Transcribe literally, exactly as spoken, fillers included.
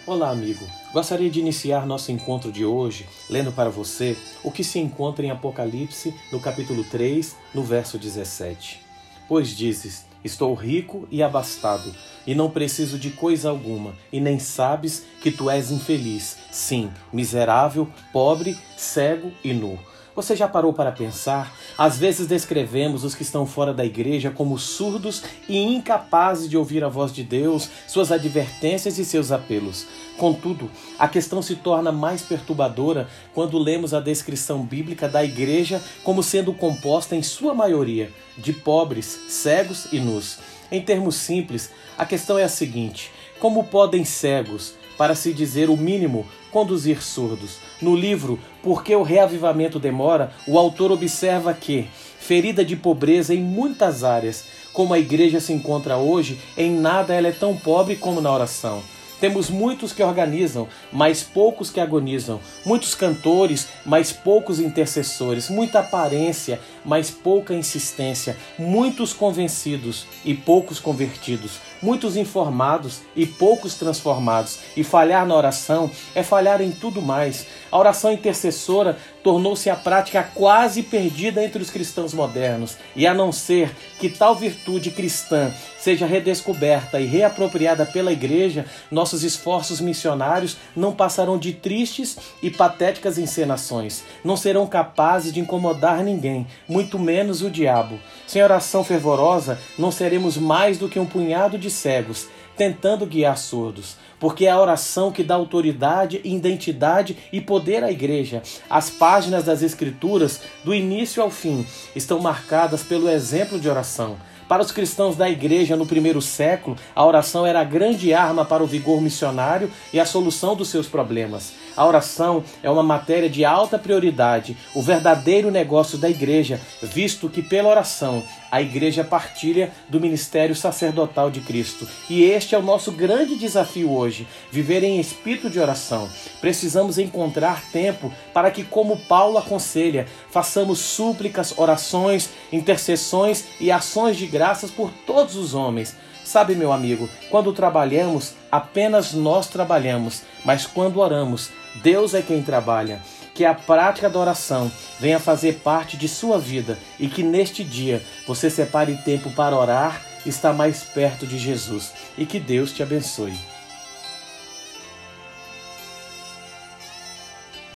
Olá, amigo. Gostaria de iniciar nosso encontro de hoje lendo para você o que se encontra em Apocalipse, no capítulo três, no verso dezessete. Pois dizes, estou rico e abastado, e não preciso de coisa alguma, e nem sabes que tu és infeliz, sim, miserável, pobre, cego e nu. Você já parou para pensar? Às vezes descrevemos os que estão fora da igreja como surdos e incapazes de ouvir a voz de Deus, suas advertências e seus apelos. Contudo, a questão se torna mais perturbadora quando lemos a descrição bíblica da igreja como sendo composta em sua maioria de pobres, cegos e nus. Em termos simples, a questão é a seguinte: como podem cegos, para se dizer o mínimo, conduzir surdos? No livro Por que o Reavivamento Demora, o autor observa que, ferida de pobreza em muitas áreas, como a igreja se encontra hoje, em nada ela é tão pobre como na oração. Temos muitos que organizam, mas poucos que agonizam. Muitos cantores, mas poucos intercessores. Muita aparência, mas pouca insistência. Muitos convencidos e poucos convertidos. Muitos informados e poucos transformados. E falhar na oração é falhar em tudo mais. A oração intercessora tornou-se a prática quase perdida entre os cristãos modernos. E a não ser que tal virtude cristã seja redescoberta e reapropriada pela igreja, nossos esforços missionários não passarão de tristes e patéticas encenações. Não serão capazes de incomodar ninguém, muito menos o diabo. Sem oração fervorosa, não seremos mais do que um punhado de cegos, tentando guiar surdos, porque é a oração que dá autoridade, identidade e poder à igreja. As páginas das Escrituras, do início ao fim, estão marcadas pelo exemplo de oração. Para os cristãos da igreja no primeiro século, a oração era a grande arma para o vigor missionário e a solução dos seus problemas. A oração é uma matéria de alta prioridade, o verdadeiro negócio da igreja, visto que pela oração a igreja partilha do ministério sacerdotal de Cristo. E este é o nosso grande desafio hoje, viver em espírito de oração. Precisamos encontrar tempo para que, como Paulo aconselha, façamos súplicas, orações, intercessões e ações de graças por todos os homens. Sabe, meu amigo, quando trabalhamos, apenas nós trabalhamos, mas quando oramos, Deus é quem trabalha. Que a prática da oração venha fazer parte de sua vida e que neste dia você separe tempo para orar e estar mais perto de Jesus. E que Deus te abençoe.